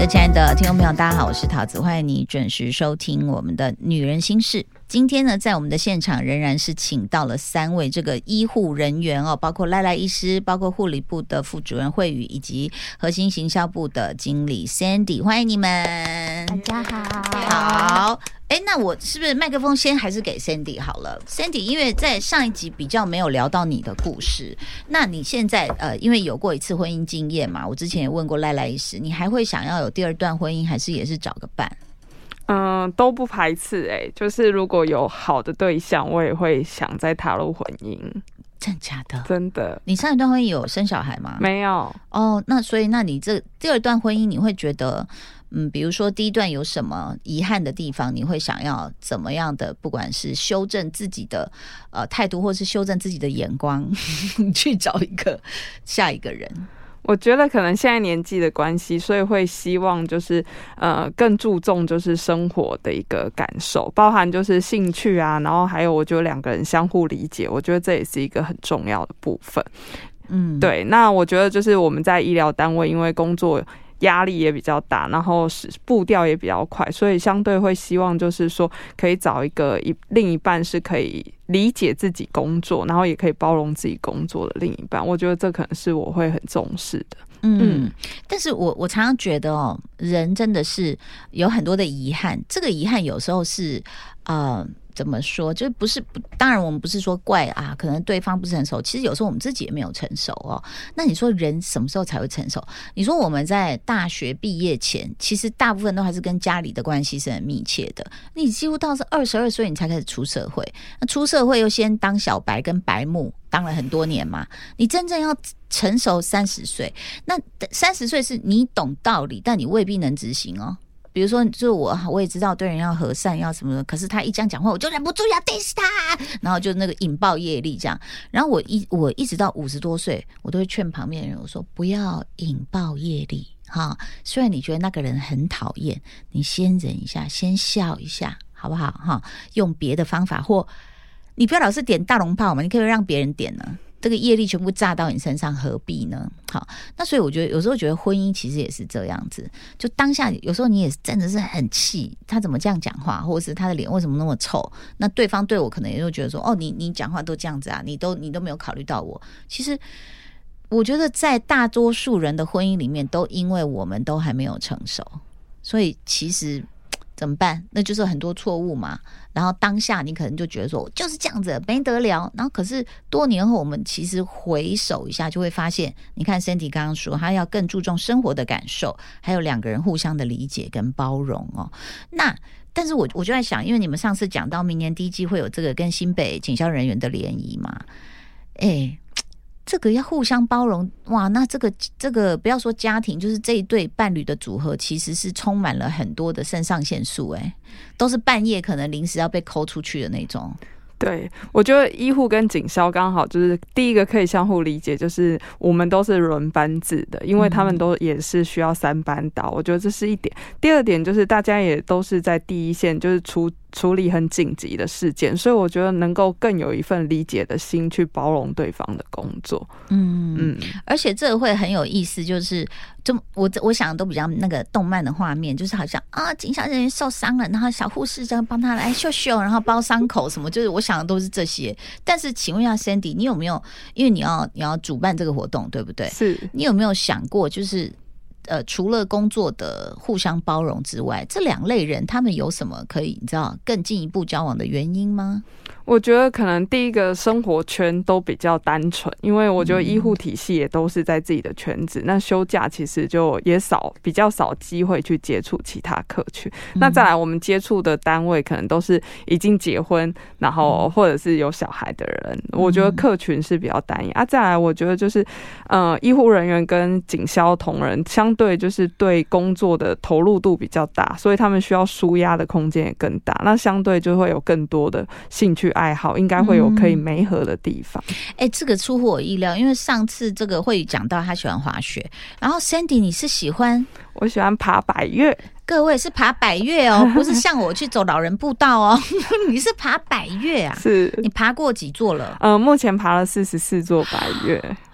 亲爱的听众朋友，大家好，我是陶子，欢迎你准时收听我们的女人心事。今天呢，在我们的现场仍然是请到了3位这个医护人员哦，包括赖赖医师，包括护理部的副主任慧宇，以及核心行销部的经理 Sandy， 欢迎你们。 大家好。 好，那我是不是麦克风先还是给 Sandy 好了 ？Sandy， 因为在上一集比较没有聊到你的故事，那你现在因为有过一次婚姻经验嘛，我之前也问过赖赖医师，你还会想要有第2段婚姻，还是也是找个伴？ 都不排斥就是如果有好的对象，我也会想再踏入婚姻。 真假的？ 真的。 你上一段婚姻有生小孩吗？ 没有。 哦，那所以那你这第2段婚姻，你会觉得比如说第1段有什么遗憾的地方，你会想要怎么样的，不管是修正自己的态度，或是修正自己的眼光去找下一个人？ 我觉得可能现在年纪的关系，所以会希望就是更注重就是生活的一个感受，包含就是兴趣啊，然后还有我觉得2个人相互理解，我觉得这也是一个很重要的部分。对。那我觉得就是我们在医疗单位，因为工作压力也比较大，然后步调也比较快，所以相对会希望就是说可以找一个另一半是可以理解自己工作，然后也可以包容自己工作的另一半。我觉得这可能是我会很重视的。 但是我常常觉得人真的是有很多的遗憾，这个遗憾有时候是怎么说，就不是当然我们不是说怪可能对方不是成熟，其实有时候我们自己也没有成熟哦。那你说人什么时候才会成熟？你说我们在大学毕业前，其实大部分都还是跟家里的关系是很密切的，你几乎到是22岁你才开始出社会，那出社会又先当小白跟白目当了很多年嘛，你真正要成熟30岁，那30岁是你懂道理，但你未必能执行哦。比如说，就我也知道对人要和善要什么的，可是他一这样讲话，我就忍不住要 diss 他，然后就那个引爆业力这样。然后我一直到50多岁，我都会劝旁边的人，我说不要引爆业力哈。虽然你觉得那个人很讨厌，你先忍一下，先笑一下，好不好哈？用别的方法，或你不要老是点大龙炮嘛，你可以让别人点呢。这个业力全部炸到你身上，何必呢？好，那所以我觉得有时候觉得婚姻其实也是这样子，就当下有时候你也真的是很气他怎么这样讲话，或者是他的脸为什么那么臭，那对方对我可能也就觉得说你讲话都这样子啊，你都没有考虑到我。其实我觉得在大多数人的婚姻里面，都因为我们都还没有成熟，所以其实怎么办？那就是很多错误嘛。然后当下你可能就觉得说就是这样子没得了，然后可是多年后我们其实回首一下就会发现，你看 Sandy 刚刚说他要更注重生活的感受，还有2个人互相的理解跟包容哦。那但是我就在想，因为你们上次讲到明年第1季会有这个跟新北警消人员的联谊嘛，这个要互相包容哇！那这个不要说家庭，就是这一对伴侣的组合，其实是充满了很多的肾上腺素，都是半夜可能临时要被抠出去的那种。 对，我觉得医护跟警消刚好就是第一个可以相互理解，就是我们都是轮班制的，因为他们都也是需要3班倒，我觉得这是一点。第2点就是大家也都是在第一线，就是处理很紧急的事件，所以我觉得能够更有一份理解的心去包容对方的工作。 而且这个会很有意思，就是我想的都比较那个动漫的画面，就是好像警消人员受伤了，然后小护士这样帮他来秀秀，然后包伤口什么，就是我想的都是这些。但是请问一下 Sandy， 你有没有，因为你要主办这个活动对不对？ 是。 你有没有想过就是除了工作的互相包容之外，这2类人他们有什么可以你知道更进一步交往的原因吗？ 我觉得可能第一个生活圈都比较单纯，因为我觉得医护体系也都是在自己的圈子，那休假其实就也比较少机会去接触其他客群。那再来我们接触的单位可能都是已经结婚，然后或者是有小孩的人，我觉得客群是比较单一再来我觉得就是医护人员跟警消同仁相对就是对工作的投入度比较大，所以他们需要抒压的空间也更大，那相对就会有更多的兴趣爱好，应该会有可以媒合的地方。 这个出乎我意料，因为上次这个会讲到他喜欢滑雪，然后 Sandy 你是喜欢？ 我喜欢爬百岳。 各位是爬百岳哦，不是像我去走老人步道哦。你是爬百岳啊？ 是。 你爬过几座了？ 目前爬了44座百岳。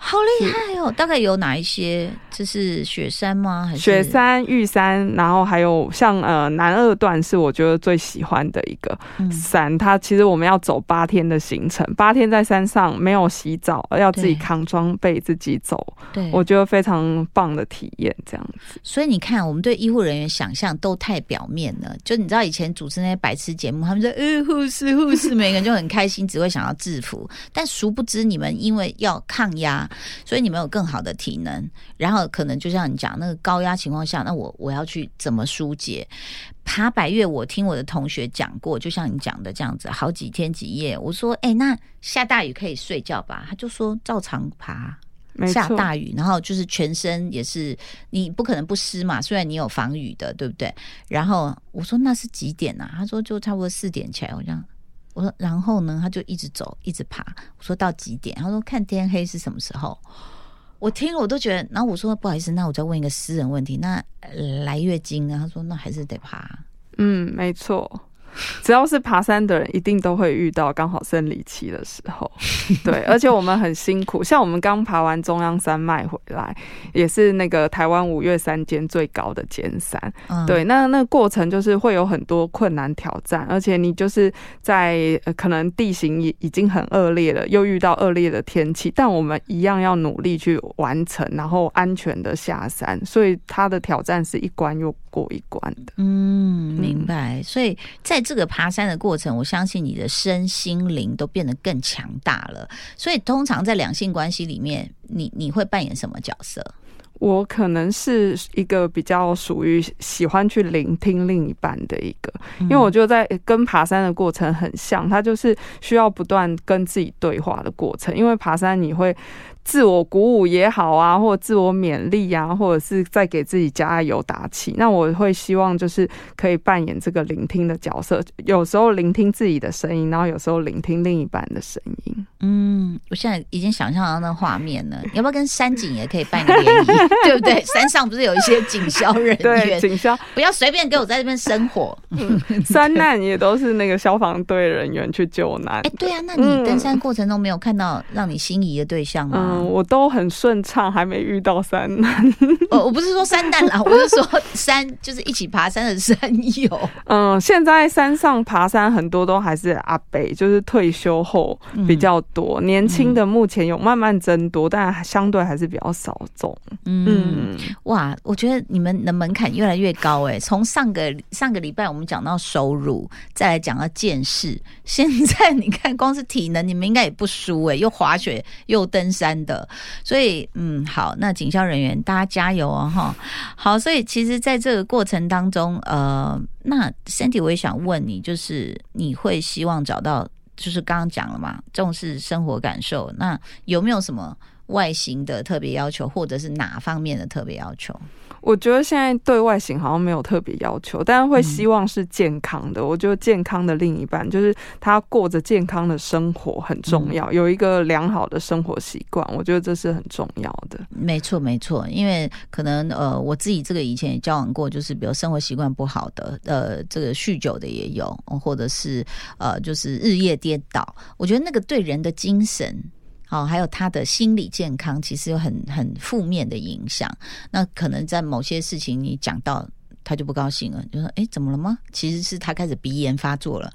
好厉害哦！大概有哪一些？这是雪山吗？还是雪山、玉山，然后还有像南二段是我觉得最喜欢的一个山。它其实我们要走8天的行程，8天在山上没有洗澡，要自己扛装备自己走。对，我觉得非常棒的体验，这样子。 所以你看，我们对医护人员想象都太表面了。就你知道以前主持那些白痴节目，他们说护士，每个人就很开心，只会想要制服，但殊不知你们因为要抗压。所以你们有更好的体能，然后可能就像你讲那个高压情况下，那我要去怎么疏解？爬百岳，我听我的同学讲过，就像你讲的这样子，好几天几夜。我说，那下大雨可以睡觉吧？他就说照常爬。下大雨，然后就是全身也是，你不可能不湿嘛，虽然你有防雨的，对不对？然后我说那是几点啊？他说就差不多4点起来，我这样。我说，然后呢？他就一直走，一直爬。我说到几点？他说看天黑是什么时候。我听了我都觉得，然后我说不好意思，那我再问一个私人问题，那来月经呢？他说那还是得爬。 没错。只要是爬山的人一定都会遇到刚好生理期的时候。对，而且我们很辛苦，像我们刚爬完中央山脉回来，也是那个台湾5岳山间最高的尖山。对，那过程就是会有很多困难挑战，而且你就是在可能地形已经很恶劣了，又遇到恶劣的天气，但我们一样要努力去完成，然后安全的下山，所以它的挑战是一关又过一关的。 明白。所以在这个爬山的过程，我相信你的身心灵都变得更强大了。所以通常在两性关系里面，你会扮演什么角色？ 我可能是一个比较属于喜欢去聆听另一半的一个，因为我觉得在跟爬山的过程很像，它就是需要不断跟自己对话的过程。因为爬山你会自我鼓舞也好啊，或者自我勉励啊，或者是在给自己加油打气。那我会希望就是可以扮演这个聆听的角色，有时候聆听自己的声音，然后有时候聆听另一半的声音。 我现在已经想象到那画面了。要不要跟山警也可以办个联谊，对不对？山上不是有一些警消人员？ 对，警消不要随便给我在这边生火。 山难也都是那个消防队人员去救难。 对啊，那你登山过程中没有看到让你心仪的对象吗？ 我都很顺畅，还没遇到山难。 我不是说山难啦，我是说山就是一起爬山的山友。 现在山上爬山很多都还是阿伯，就是退休后比较多，年轻的目前有慢慢增多，但相对还是比较少众。 哇，我觉得你们的门槛越来越高哎！从上个礼拜我们讲到收入，再来讲到见识，现在你看光是体能，你们应该也不输哎，又滑雪又登山的，所以好，那警消人员大家加油哦哈！好，所以其实在这个过程当中，那 Sandy 我也想问你，就是你会希望找到，就是刚刚讲了嘛，重视生活感受，那有没有什么外形的特别要求，或者是哪方面的特别要求？ 我觉得现在对外形好像没有特别要求，但是会希望是健康的。我觉得健康的另一半就是他过着健康的生活很重要，有一个良好的生活习惯，我觉得这是很重要的。 没错没错，因为可能我自己这个以前也交往过，就是比如生活习惯不好的，这个酗酒的也有，或者是就是日夜颠倒，我觉得那个对人的精神还有他的心理健康其实有很负面的影响。那可能在某些事情你讲到他就不高兴了，就说怎么了吗？其实是他开始鼻炎发作了，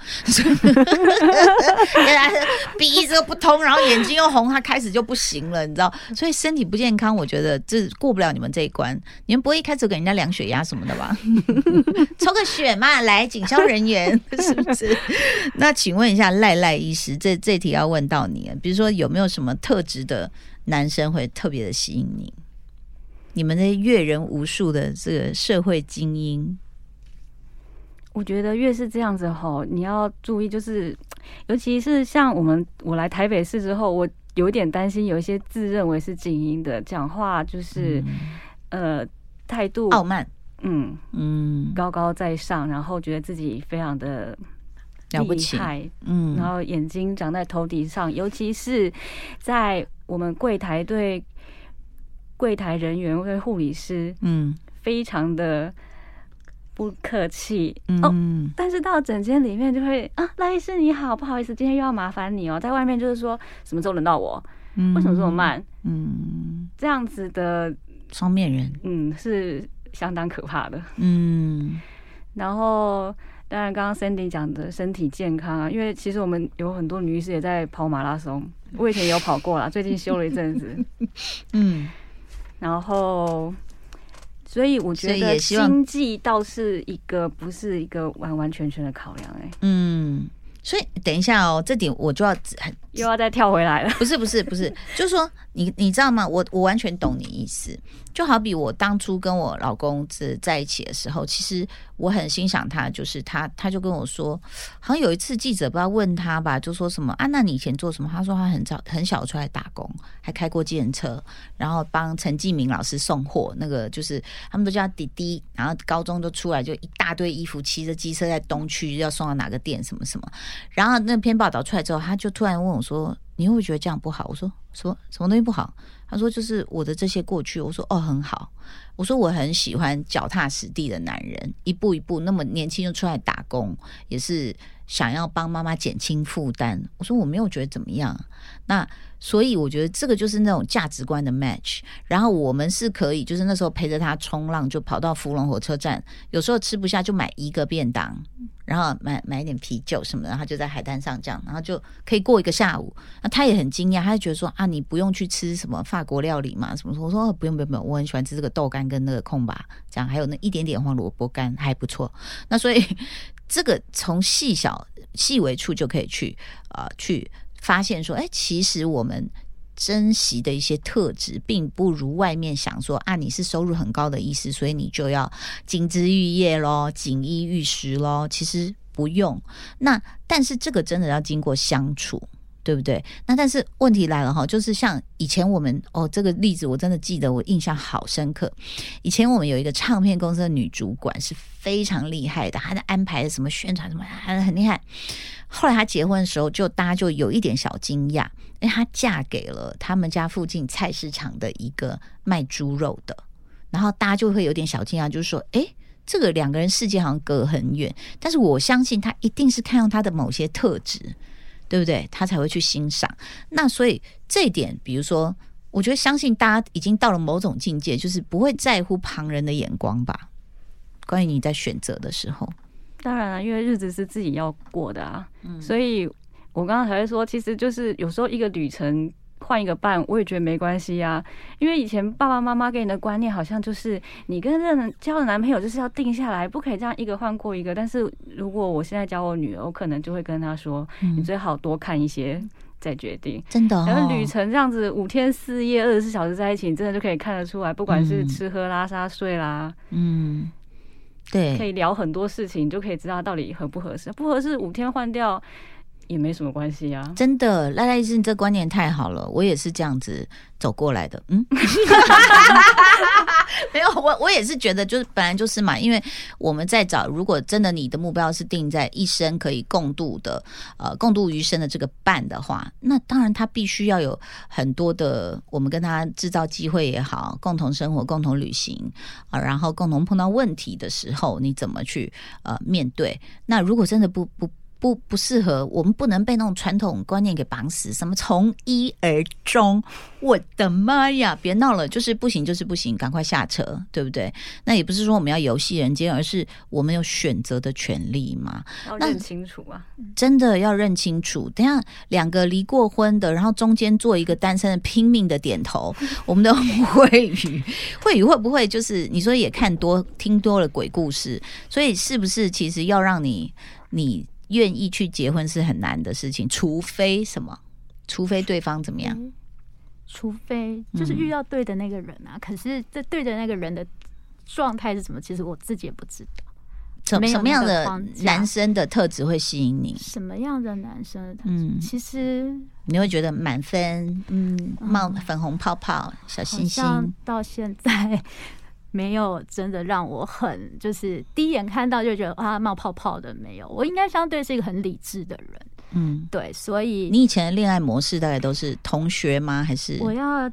鼻一直都不通，然后眼睛又红，他开始就不行了，你知道？所以身体不健康，我觉得这过不了你们这一关。你们不会一开始给人家量血压什么的吧？抽个血嘛，来，警消人员是不是？那请问一下赖医师，这题要问到你了，比如说有没有什么特质的男生会特别的吸引你？你们的阅人无数的这个社会精英， 我觉得越是这样子你要注意，就是尤其是像我来台北市之后，我有一点担心，有一些自认为是精英的，讲话就是态度傲慢， 高高在上，然后觉得自己非常的了不起， 然后眼睛长在头顶上，尤其是在我们柜台对柜台人员对护理师，非常的不客气，但是到诊间里面就会赖医师你好，不好意思，今天又要麻烦你哦，在外面就是说什么时候轮到我， 为什么这么慢？这样子的双面人， 是相当可怕的。然后当然刚刚 Sandy 讲的身体健康啊，因为其实我们有很多女医师也在跑马拉松，我以前也有跑过啦，最近休了一阵子。然后所以我觉得经济倒是不是一个完完全全的考量所以等一下这点我就又要再跳回来了。 不是，就是说你知道吗？我完全懂你意思。就好比我当初跟我老公在一起的时候，其实我很欣赏他，就是他就跟我说，好像有一次记者不知道问他吧，就说什么那你以前做什么？他说他很小出来打工，还开过计程车，然后帮陈继明老师送货，那个就是他们都叫他弟弟，然后高中就出来就一大堆衣服，骑着机车在东区要送到哪个店什么什么。然后那篇报道出来之后，他就突然问我说，你会不会觉得这样不好？我说什么东西不好？他说就是我的这些过去。我说很好。我说我很喜欢脚踏实地的男人，一步一步那么年轻就出来打工，也是想要帮妈妈减轻负担。我说我没有觉得怎么样。那所以我觉得这个就是那种价值观的 match。然后我们是可以就是那时候陪着他冲浪，就跑到福隆火车站，有时候吃不下就买一个便当，然后买一点啤酒什么的，然后他就在海滩上这样，然后就可以过一个下午。那他也很惊讶，他就觉得说你不用去吃什么法国料理嘛什么。我说不用，我很喜欢吃这个豆干跟那个空吧，这样还有那一点点黄萝卜干还不错。那所以这个从细微处就可以去发现说，其实我们珍惜的一些特质，并不如外面想说你是收入很高的医师，所以你就要金枝玉叶咯，锦衣玉食咯。其实不用。那但是这个真的要经过相处，对不对？那但是问题来了就是像以前我们这个例子我真的记得，我印象好深刻。以前我们有一个唱片公司的女主管是非常厉害的，她的安排的什么宣传什么很厉害。后来她结婚的时候，大家就有一点小惊讶，因为她嫁给了他们家附近菜市场的一个卖猪肉的，然后大家就会有点小惊讶，就是说这个两个人世界好像隔很远。但是我相信她一定是看到她的某些特质，对不对？他才会去欣赏。那所以这一点，比如说我觉得相信大家已经到了某种境界，就是不会在乎旁人的眼光吧，关于你在选择的时候。 当然了，因为日子是自己要过的所以我刚刚才会说，其实就是有时候一个旅程换一个伴，我也觉得没关系因为以前爸爸妈妈给你的观念好像就是你跟人交的男朋友就是要定下来，不可以这样一个换过一个。但是如果我现在教我女儿，我可能就会跟她说，你最好多看一些再决定。 真的然后旅程这样子5天4夜24小时在一起，你真的就可以看得出来，不管是吃喝拉撒睡啦，对，可以聊很多事情，你就可以知道到底合不合适。不合适5天换掉也没什么关系真的，赖医师，你这观念太好了，我也是这样子走过来的。没有，我也是觉得就是本来就是嘛，因为我们在找，如果真的你的目标是定在一生可以共度余生的这个伴的话，那当然他必须要有很多的，我们跟他制造机会也好，共同生活、共同旅行然后共同碰到问题的时候，你怎么去面对？那如果真的不适合，我们不能被那种传统观念给绑死，什么从一而终，我的妈呀，别闹了，就是不行就是不行，赶快下车，对不对？那也不是说我们要游戏人间，而是我们有选择的权利嘛， 要认清楚真的要认清楚。等一下2个离过婚的，然后中间做一个单身的拼命的点头，我们的慧宇会不会就是你说也听多了鬼故事，所以是不是其实要让你愿意去结婚是很难的事情，除非对方怎么样？ 除非就是遇到对的那个人可是这对的那个人的状态是什么？其实我自己也不知道。 什么样的男生的特质会吸引你？ 什么样的男生的特质？其实你会觉得满分，冒粉红泡泡、小星星。 好像到现在没有真的让我很就是第一眼看到就觉得冒泡泡的，没有。我应该相对是一个很理智的人，对，所以你以前的恋爱模式大概都是同学吗？还是我要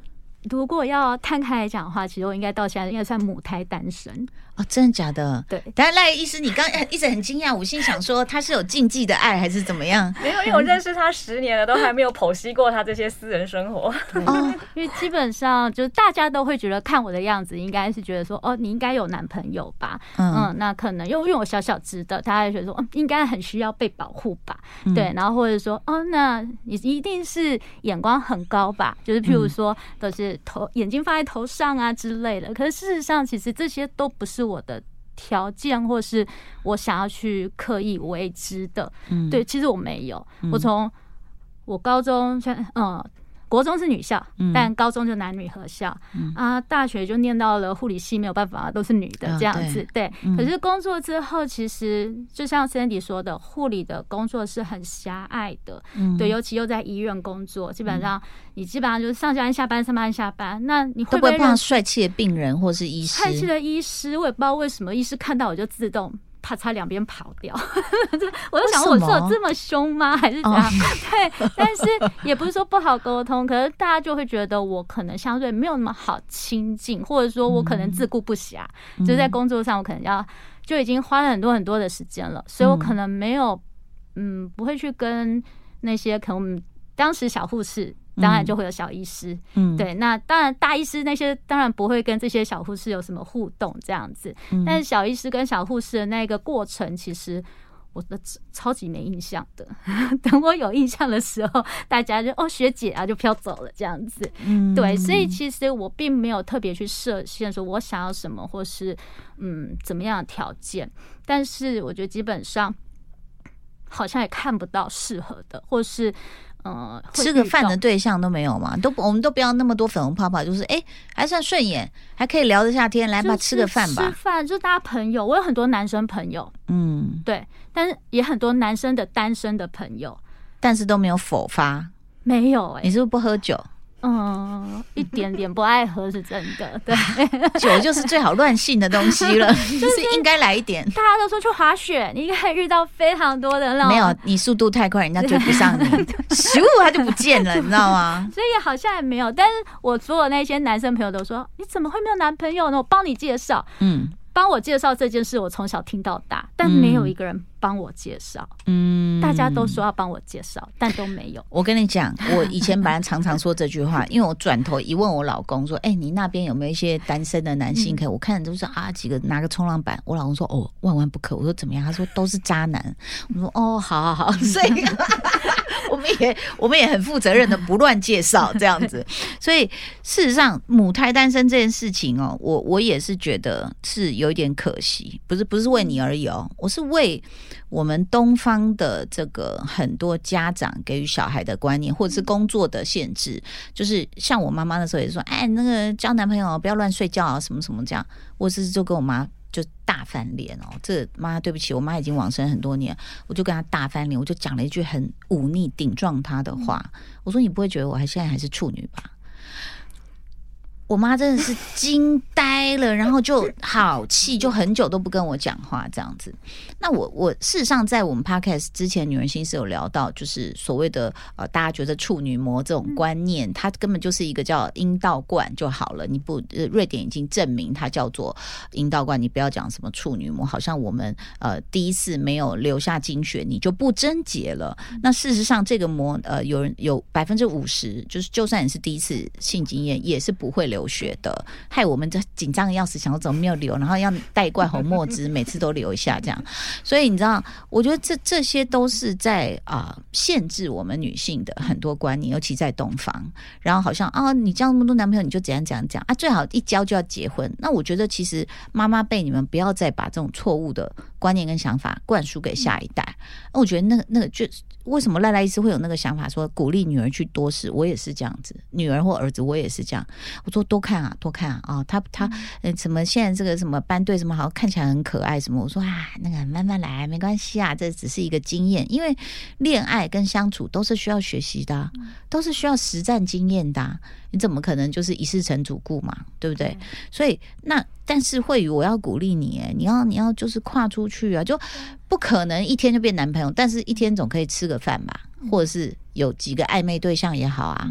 如果要摊开来讲的话，其实我应该到现在应该算母胎单身。 哦，真的假的？ 对。 但赖医师，你刚一直很惊讶，我心想说他是有禁忌的爱还是怎么样？ 没有，因为我认识他10年了，都还没有剖析过他这些私人生活。 哦，因为基本上就是大家都会觉得看我的样子，应该是觉得说，哦，你应该有男朋友吧？那可能因为我小小只的，大家觉得说，应该很需要被保护吧？对，然后或者说，哦，那你一定是眼光很高吧？就是譬如说，都是眼睛放在头上啊之类的。可是事实上，其实这些都不是我的条件，或是我想要去刻意为之的。对，其实我没有。我从我高中国中是女校，但高中就男女合校大学就念到了护理系，没有办法，都是女的这样子。对，可是工作之后，其实就像 Sandy 说的，护理的工作是很狭隘的。对，尤其又在医院工作，基本上你就是上班下班，上班下班。那你会不会碰到帅气的病人或是医师？ 帅气的医师，我也不知道为什么医师看到我就自动啪嚓两边跑掉，我就想我是有这么凶吗？还是怎样？对，但是也不是说不好沟通，可是大家就会觉得我可能相对没有那么好亲近，或者说我可能自顾不暇，就在工作上我可能就已经花了很多很多的时间了，所以我可能没有不会去跟那些可能我们当时小护士。当然就会有小医师，对，那当然大医师那些当然不会跟这些小护士有什么互动这样子，但是小医师跟小护士的那个过程，其实我的超级没印象的。等我有印象的时候，大家就学姐啊就飘走了这样子，对，所以其实我并没有特别去设限说我想要什么或是怎么样的条件，但是我觉得基本上好像也看不到适合的，或是。 吃个饭的对象都没有嘛？我们都不要那么多粉红泡泡，就是还算顺眼，还可以聊得下天，来吧，吃个饭吧。 吃饭就是大家朋友，我有很多男生朋友，对，但是也很多男生的单身的朋友， 但是都没有否发， 没有你是不是不喝酒？ 一点点不爱喝是真的，对， 酒就是最好乱性的东西了，就是应该来一点。 大家都说去滑雪，你可以遇到非常多的那种， 没有，你速度太快，人家追不上你，咻，他就不见了，你知道吗？ 所以好像也没有，但是我所有那些男生朋友都说，你怎么会没有男朋友呢？我帮你介绍，帮我介绍这件事，我从小听到大，但没有一个人帮我介绍。大家都说要帮我介绍，但都没有。 我跟你讲，我以前本来常常说这句话，因为我转头一问我老公说：“你那边有没有一些单身的男性可以？”我看都是几个拿个冲浪板。我老公说：“万万不可。”我说：“怎么样？”他说：“都是渣男。”我说：“好好好。”所以我们也很负责任的不乱介绍这样子。所以事实上，母胎单身这件事情我也是觉得是有一点可惜，不是为你而已我是为我们东方的这个很多家长给予小孩的观念，或者是工作的限制，就是像我妈妈那时候也说，那个交男朋友不要乱睡觉啊，什么什么这样，我是就跟我妈就大翻脸这妈对不起，我妈已经往生很多年，我就跟她大翻脸，我就讲了一句很忤逆顶撞她的话，我说你不会觉得我现在还是处女吧？我妈真的是惊呆了，然后就好气，就很久都不跟我讲话这样子。那我事实上在我们 podcast 之前，女人心事有聊到，就是所谓的大家觉得处女膜这种观念，它根本就是一个叫阴道冠就好了。你不瑞典已经证明它叫做阴道冠，你不要讲什么处女膜，好像我们第一次没有留下精血，你就不贞洁了。那事实上这个膜有人有50%，就是就算你是第一次性经验，也是不会流血的，害我们这紧张的要死，想说怎么没有流，然后要带一罐红墨汁，每次都流一下这样。所以你知道，我觉得这些都是在限制我们女性的很多观念，尤其在东方。然后好像你交那么多男朋友，你就怎样怎样讲最好一交就要结婚。那我觉得其实妈妈辈你们不要再把这种错误的观念跟想法灌输给下一代。我觉得那个就为什么赖医师会有那个想法，说鼓励女儿去多试，我也是这样子，女儿或儿子我也是这样。我说多看啊，多看啊他什么现在这个什么班队什么好像看起来很可爱什么，我说那个慢慢来没关系啊，这只是一个经验，因为恋爱跟相处都是需要学习的都是需要实战经验的你怎么可能就是一世成主顾嘛，对不对？所以但是慧宇，我要鼓励你你要就是跨出去啊，就不可能一天就变男朋友，但是一天总可以吃个饭吧，或者是有几个暧昧对象也好啊。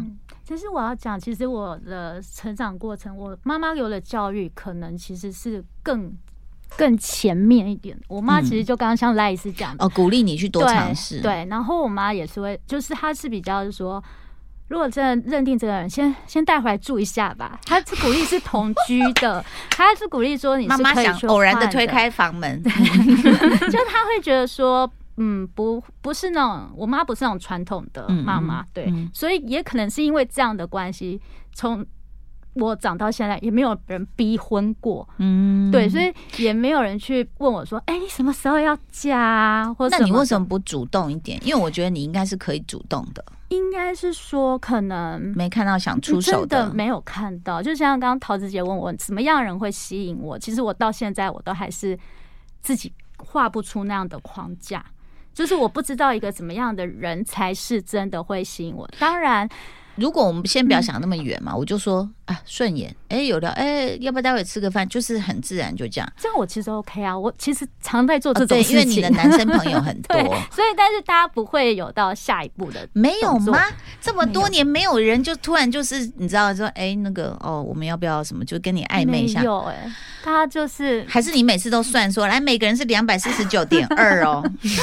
其实我要讲，其实我的成长过程，我妈妈给我的教育可能其实是更前面一点。我妈其实就刚刚像赖医师讲的， 鼓励你去多尝试。 对，然后我妈也是会，就是她是比较说，如果真的认定这个人，先带回来住一下吧。她是鼓励是同居的，她是鼓励说你是可以妈妈想偶然的推开房门， 就她会觉得说。不是那种，我妈不是那种传统的妈妈，对，所以也可能是因为这样的关系，从我长到现在也没有人逼婚过，对，所以也没有人去问我说，你什么时候要嫁啊？或者那你为什么不主动一点？因为我觉得你应该是可以主动的。 应该是说可能没看到想出手的，真的没有看到。就像刚刚陶子姐问我什么样的人会吸引我，其实我到现在我都还是自己画不出那样的框架。就是我不知道一个怎么样的人才是真的会吸引我。当然， 如果我们先不要想那么远嘛，我就说顺眼，有聊，要不要待会吃个饭？就是很自然就这样。 这样我其实 OK 啊，我其实常在做这种事情， 对，因为你的男生朋友很多， 所以但是大家不会有到下一步的， 没有吗？这么多年没有人就突然就是你知道说，那个我们要不要什么？就跟你暧昧一下？ 没有他就是还是你每次都算说，来每个人是249.2哦，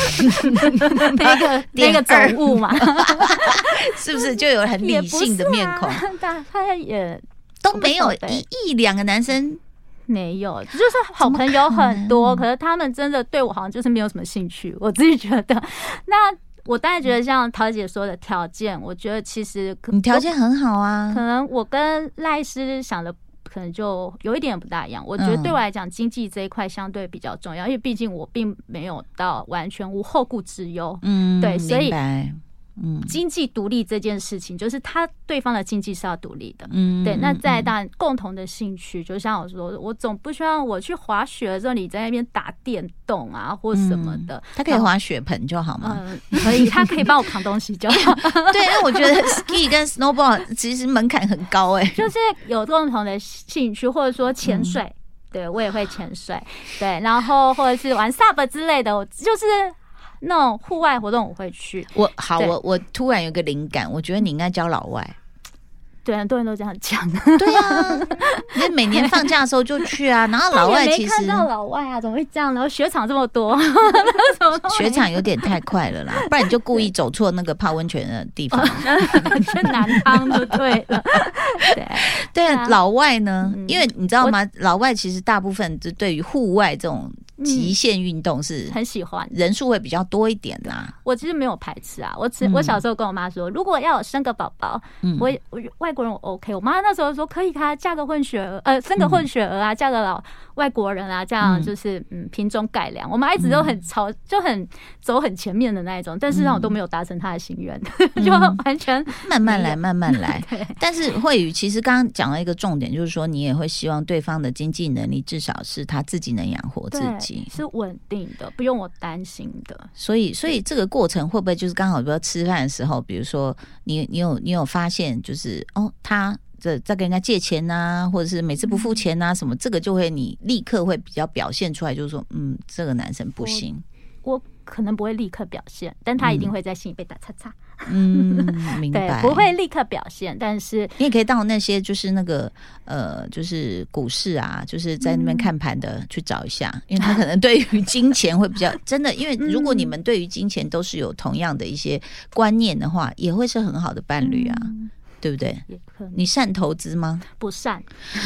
那个总物嘛， 是不是就有很理性的面孔？ 他也都没有1亿2个男生。 没有，就是好朋友很多，可是他们真的对我好像就是没有什么兴趣。我自己觉得，那我当然觉得像陶姐说的条件，我觉得其实你条件很好啊。 可能我跟赖师想的可能就有一点不大一样。我觉得对我来讲，经济这一块相对比较重要，因为毕竟我并没有到完全无后顾之忧。对，所以经济独立这件事情，就是对方的经济是要独立的。对。那再当然共同的兴趣，就像我说，我总不希望我去滑雪的时候你在那边打电动啊或什么的。 他可以滑雪盆就好吗？ 可以，他可以帮我扛东西就好。 对，因为我觉得 ski 跟 snowboard 其实门槛很高就是有共同的兴趣，或者说潜水。对，我也会潜水。对，然后或者是玩 SUP 之类的，我就是那种户外活动我会去。我突然有个灵感，我觉得你应该教老外。 对，很多人都这样讲。 对啊，你每年放假的时候就去啊，然后老外其实没看到老外啊，怎么会这样呢？雪场这么多， 雪场有点太快了啦，不然你就故意走错那个泡温泉的地方， 去南汤就对了。 对，老外呢，因为你知道吗？老外其实大部分就对于户外这种极限运动是很喜欢， 人数会比较多一点啦。 我其实没有排斥啊，我小时候跟我妈说，如果要有生个宝宝，我外国人我 OK。我妈那时候说可以，她嫁个混血儿，生个混血儿啊，嫁个外国人啊，这样就是品种改良。我妈一直都很就很走很前面的那一种，但是我都没有达成她的心愿，就完全慢慢来，慢慢来。但是慧宇其实刚刚讲了一个重点，就是说你也会希望对方的经济能力至少是他自己能养活自己， 是稳定的，不用我担心的。 所以这个过程会不会就是刚好比如说吃饭的时候，比如说你有发现就是他在跟人家借钱啊，或者是每次不付钱啊什么，这个就会你立刻会比较表现出来，就是说这个男生不行。 我可能不会立刻表现，但他一定会在心里被打叉叉。 明白。 对，不会立刻表现，但是你也可以到那些就是那个就是股市啊，就是在那边看盘的去找一下，因为他可能对于金钱会比较真的，因为如果你们对于金钱都是有同样的一些观念的话，也会是很好的伴侣啊。对不对？你善投资吗？ 不善。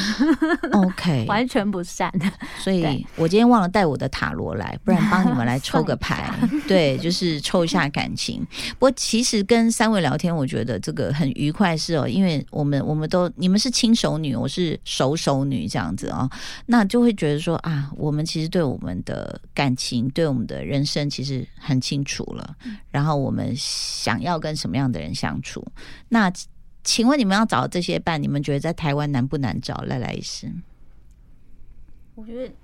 OK， 完全不善。 所以我今天忘了带我的塔罗来，不然帮你们来抽个牌。对，就是抽一下感情。不过其实跟三位聊天，我觉得这个很愉快是因为我们都你们是轻熟女，我是熟女这样子那就会觉得说我们其实对我们的感情，对我们的人生其实很清楚了。然后我们想要跟什么样的人相处，那。请问你们要找这些伴，你们觉得在台湾难不难找？赖医师， 我觉得，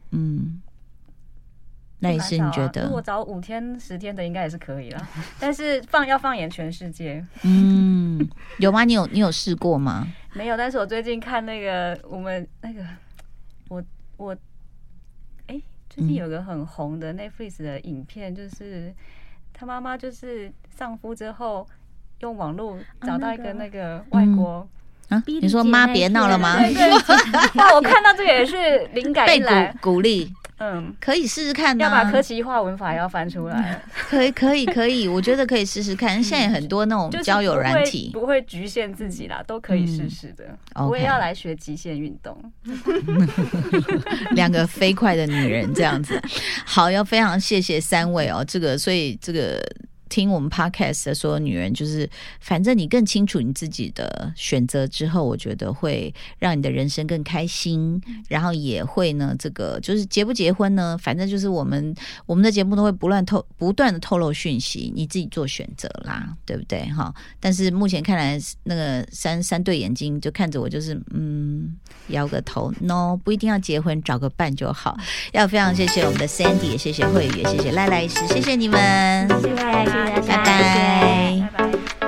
赖医师你觉得？ 如果找5天10天的，应该也是可以啦。但是要放眼全世界， 有吗？你有试过吗？ 没有，但是我最近看那个我们那个我最近有个很红的 Netflix 的影片，就是他妈妈就是丧夫之后。 用网络找到一个那个外国。 你说妈别闹了吗？ 对，哇，我看到这个也是灵感一来， 被鼓励。可以试试看要把科技化文法要翻出来。 可以，我觉得可以试试看。现在很多那种交友软体， 不会局限自己啦，都可以试试的。我也要来学极限运动。 两个飞快的女人这样子。好，要非常谢谢三位哦。所以这个。听我们 podcast 的所有女人，就是反正你更清楚你自己的选择之后，我觉得会让你的人生更开心，然后也会呢，这个就是结不结婚呢，反正就是我们的节目都会不断的透露讯息，你自己做选择啦，对不对哈？但是目前看来，那个三对眼睛就看着我，就是摇个头 ，no， 不一定要结婚，找个伴就好。要非常谢谢我们的 Sandy， 也谢谢慧宇，也谢谢赖赖医师，谢谢你们， 谢谢大家， 拜拜。 拜拜。